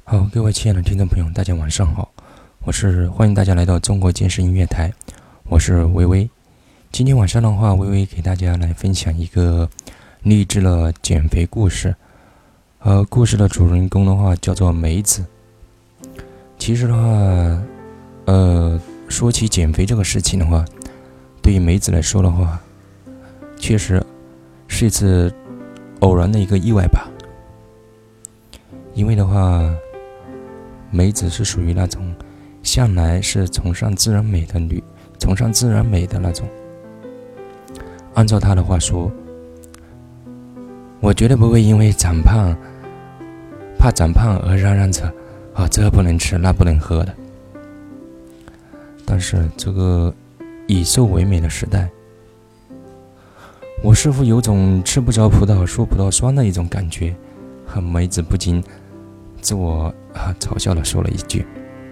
好，各位亲爱的听众朋友，大家晚上好，欢迎大家来到中国健身音乐台，我是微微。今天晚上的话，微微给大家来分享一个励志的减肥故事。故事的主人公的话叫做梅子。其实的话，说起减肥这个事情的话，对于梅子来说的话，确实是一次偶然的一个意外吧。因为的话，梅子是属于那种向来是崇尚自然美的那种。按照她的话说，我绝对不会因为怕长胖而嚷嚷着这不能吃那不能喝的。但是这个以瘦为美的时代，我似乎有种吃不着葡萄说葡萄酸的一种感觉。梅子不禁自我嘲笑地说了一句。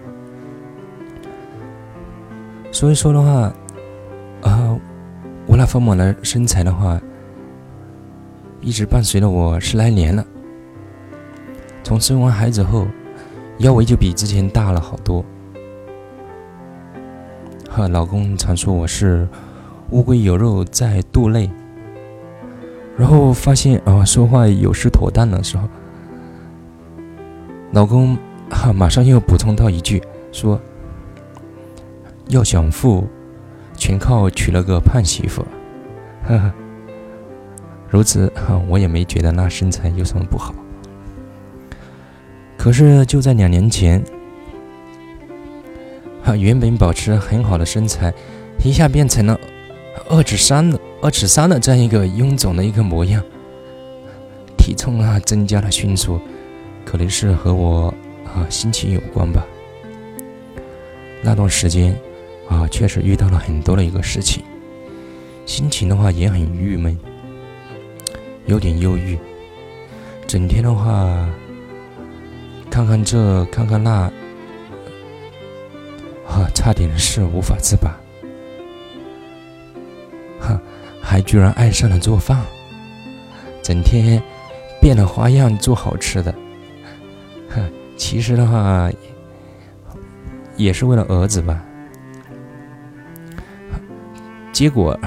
所以说的话，我那丰满的身材的话，一直伴随了我10来年了。从生完孩子后，腰围就比之前大了好多。老公常说我是乌龟有肉在肚内，然后发现说话有失妥当的时候，老公马上又补充到一句，说要想富，全靠娶了个胖媳妇。如此我也没觉得那身材有什么不好。可是就在2年前，原本保持很好的身材，一下变成了2尺3的这样一个臃肿的一个模样，体重增加了迅速，可能是和我心情有关吧。那段时间确实遇到了很多的一个事情，心情的话也很郁闷，有点忧郁，整天的话看看这看看那，差点是无法自拔。还居然爱上了做饭，整天变了花样做好吃的。其实的话也是为了儿子吧。结果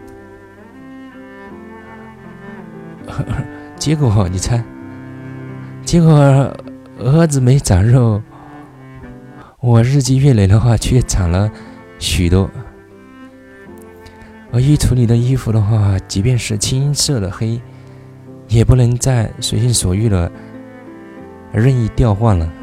你猜，结果儿子没长肉，我日积月累的话却长了许多。而衣橱里的衣服的话，即便是青色的黑，也不能再随心所欲的任意调换了。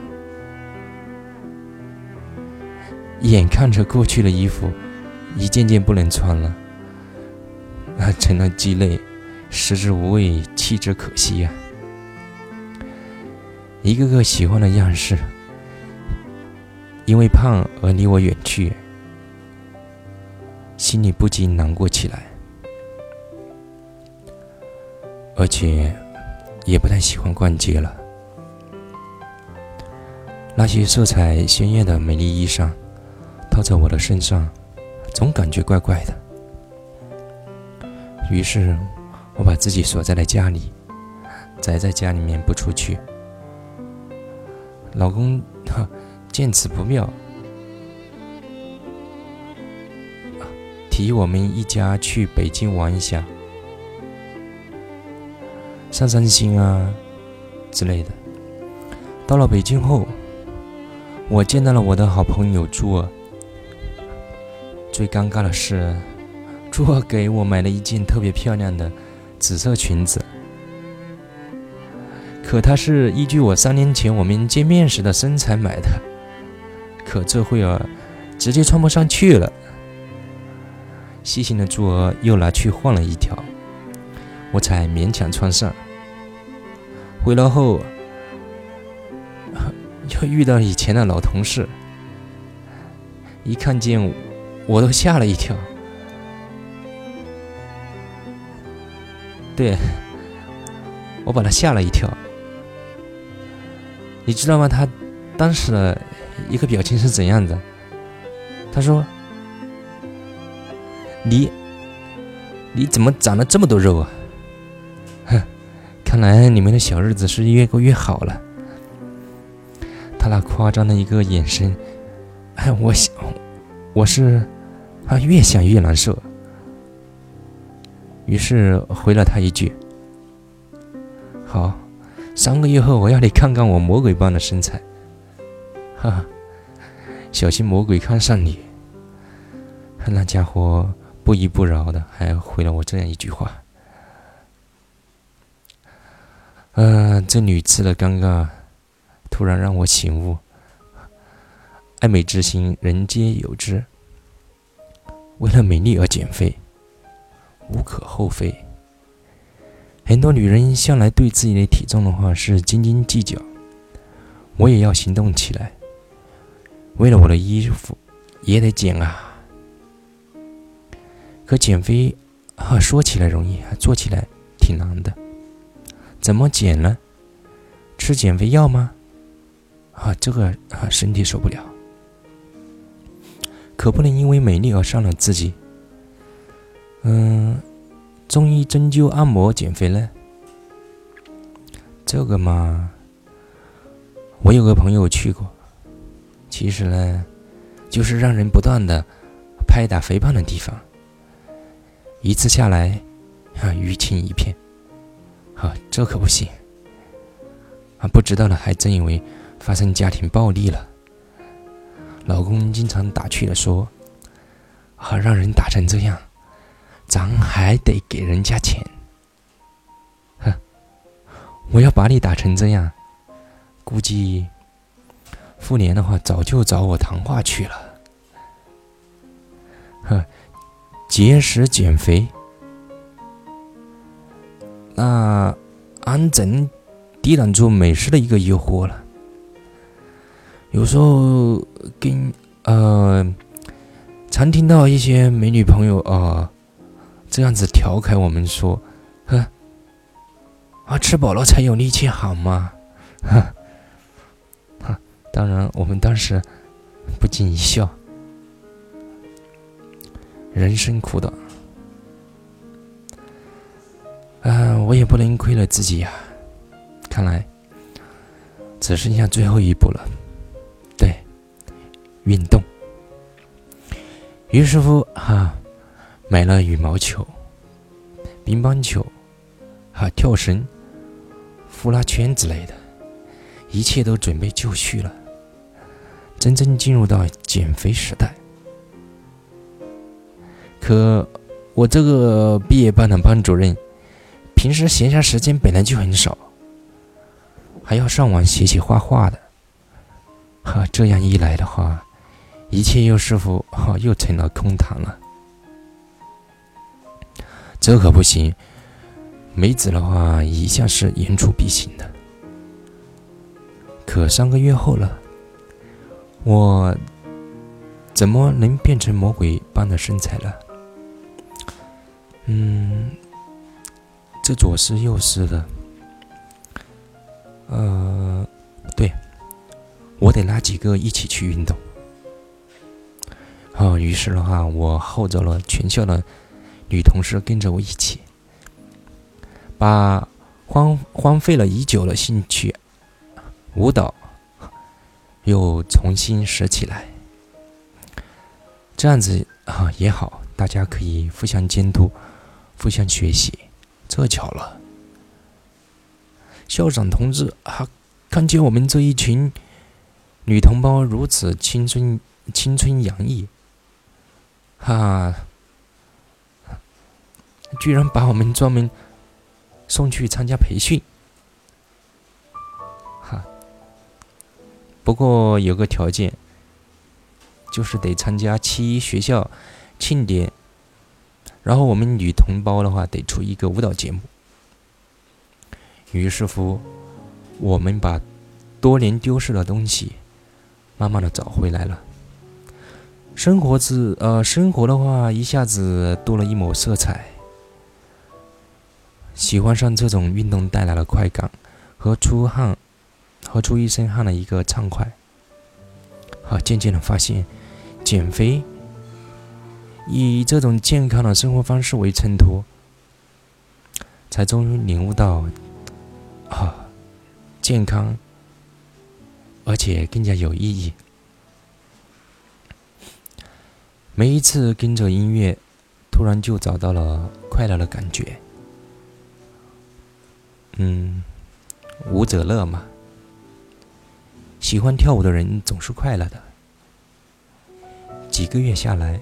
眼看着过去的衣服一件件不能穿了，成了鸡肋，食之无味，弃之可惜啊。一个个喜欢的样式，因为胖而离我远去，心里不禁难过起来，而且也不太喜欢逛街了。那些色彩鲜艳的美丽衣裳套在我的身上，总感觉怪怪的。于是我把自己锁在了家里，宅在家里面不出去。老公见此不妙，提议我们一家去北京玩一下，散散心之类的。到了北京后，我见到了我的好朋友朱儿。最尴尬的是，朱儿给我买了一件特别漂亮的紫色裙子，可她是依据我3年前我们见面时的身材买的，可这会儿直接穿不上去了。细心的朱儿又拿去换了一条，我才勉强穿上。回来后又遇到以前的老同事，一看见我都吓了一跳。对，我把他吓了一跳。你知道吗？他当时的一个表情是怎样的？他说：你怎么长了这么多肉啊？看来你们的小日子是越过越好了。 他那夸张的一个眼神，我是越想越难受，于是回了他一句：好，3个月后我要你看看我魔鬼般的身材，哈哈，小心魔鬼看上你。那家伙不依不饶的还回了我这样一句话。这屡次的尴尬突然让我醒悟，爱美之心人皆有之，为了美丽而减肥无可厚非。很多女人向来对自己的体重的话是斤斤计较，我也要行动起来，为了我的衣服也得减啊。可减肥说起来容易，做起来挺难的。怎么减呢？吃减肥药吗？这个身体受不了。可不能因为美丽而伤了自己。中医针灸按摩减肥呢？这个嘛，我有个朋友去过，其实呢，就是让人不断的拍打肥胖的地方，一次下来淤青一片。这可不行。不知道的还真以为发生家庭暴力了。老公经常打趣的说：让人打成这样，咱还得给人家钱。我要把你打成这样，估计妇联的话早就找我谈话去了。节食减肥，那安怎抵挡住美食的一个诱惑了？有时候跟常听到一些美女朋友这样子调侃我们说：吃饱了才有力气好吗？当然我们当时不禁一笑。人生苦短，我也不能亏了自己呀。看来只剩下最后一步了，对，运动。于是乎买了羽毛球、乒乓球、跳绳、呼啦圈之类的，一切都准备就绪了，真正进入到减肥时代。可我这个毕业班的班主任，平时闲暇时间本来就很少，还要上网写写画画的，这样一来的话，一切又是否又成了空谈了。这可不行，梅子的话一向是言出必行的。可3个月后了，我怎么能变成魔鬼般的身材了？这左思右思的，对，我得拉几个一起去运动。于是的话，我号召了全校的女同事跟着我一起，把荒废了已久的兴趣舞蹈又重新拾起来。这样子也好，大家可以互相监督，互相学习。这巧了，校长同志看见我们这一群女同胞如此青春洋溢，居然把我们专门送去参加培训。不过有个条件，就是得参加7学校庆典，然后我们女同胞的话得出一个舞蹈节目。于是乎，我们把多年丢失的东西慢慢的找回来了。生活的话一下子多了一抹色彩。喜欢上这种运动带来的快感和出一身汗的一个畅快。渐渐的发现，减肥以这种健康的生活方式为衬托，才终于领悟到健康而且更加有意义。每一次跟着音乐，突然就找到了快乐的感觉。舞者乐嘛，喜欢跳舞的人总是快乐的。几个月下来，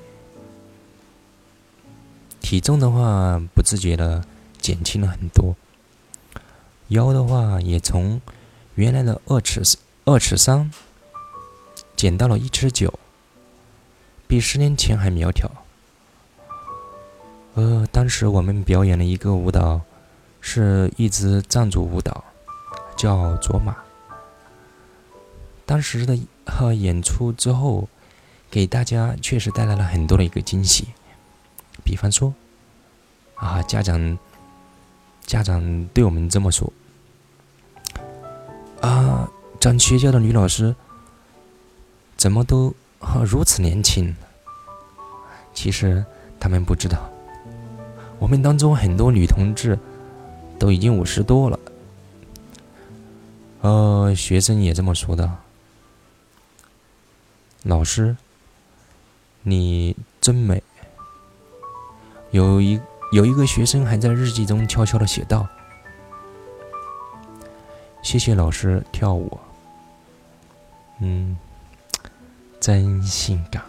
体重的话不自觉的减轻了很多，腰的话也从原来的2.3尺减到了1.9尺，比10年前还苗条。当时我们表演了一个舞蹈，是一支藏族舞蹈，叫卓玛。当时的演出之后，给大家确实带来了很多的一个惊喜。比方说，家长对我们这么说：咱学校的女老师怎么都如此年轻？其实他们不知道，我们当中很多女同志都已经50多了。学生也这么说的。老师，你真美。有一个学生还在日记中悄悄地写道：谢谢老师跳舞，真性感。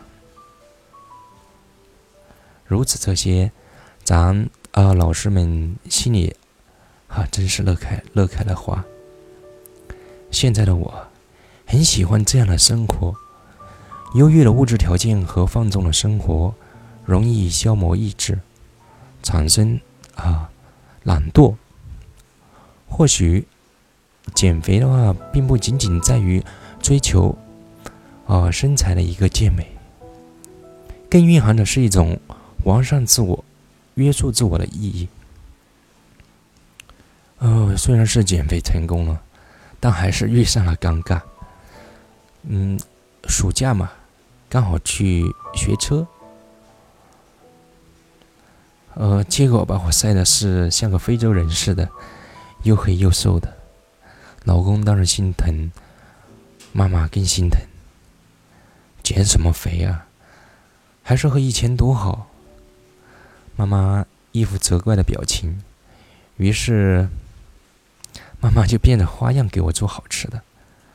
如此这些，咱老师们心里真是乐开了花。现在的我很喜欢这样的生活，优越的物质条件和放纵的生活容易消磨意志，产生懒惰。或许减肥的话并不仅仅在于追求身材的一个健美，更蕴含的是一种完善自我、约束自我的意义。虽然是减肥成功了，但还是遇上了尴尬。暑假嘛，刚好去学车，结果把我晒的是像个非洲人似的，又黑又瘦的。老公当然心疼，妈妈更心疼。减什么肥啊，还是和以前多好。妈妈一副责怪的表情，于是妈妈就变着花样给我做好吃的。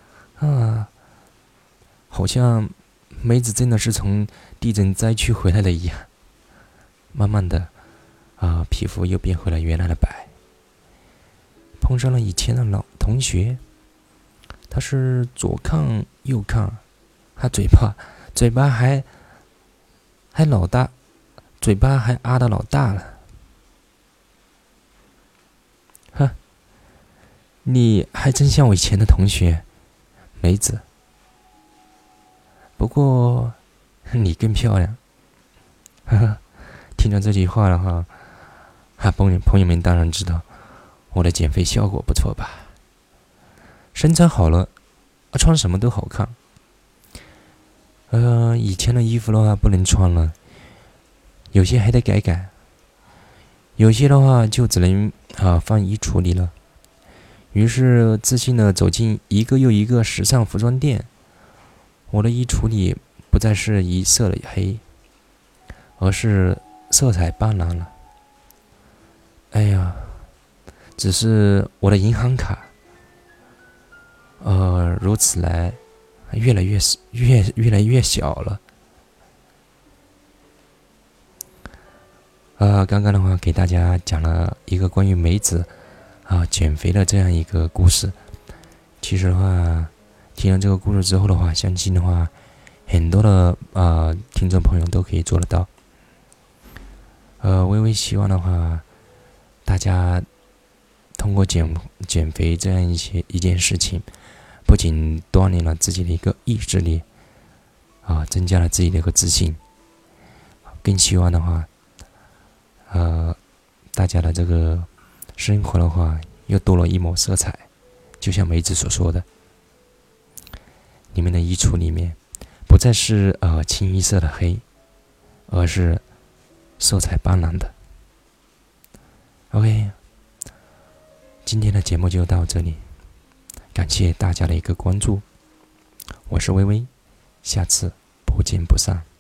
好像梅子真的是从地震灾区回来的一样。慢慢的皮肤又变回了原来的白。碰上了以前的老同学，他是左抗右抗，他嘴巴还老大，嘴巴还得老大了。你还真像我以前的同学梅子，不过你更漂亮。听到这句话的话，朋友们当然知道我的减肥效果不错吧？身材好了，穿什么都好看。以前的衣服的话不能穿了，有些还得改，有些的话就只能放衣橱里了。于是自信地走进一个又一个时尚服装店，我的衣橱里不再是一色的黑，而是色彩斑斓了。哎呀，只是我的银行卡，如此来越来越小了。刚刚的话给大家讲了一个关于梅子减肥的这样一个故事。其实的话，听了这个故事之后的话，相信的话，很多的听众朋友都可以做得到。微微希望的话，大家通过减肥这样一件事情，不仅锻炼了自己的一个意志力，增加了自己的一个自信，更希望的话，大家的这个生活的话又多了一抹色彩。就像梅子所说的，你们的衣橱里面不再是清一色的黑，而是色彩斑斓的。OK， 今天的节目就到这里，感谢大家的一个关注， 我是微微，下次不见不散。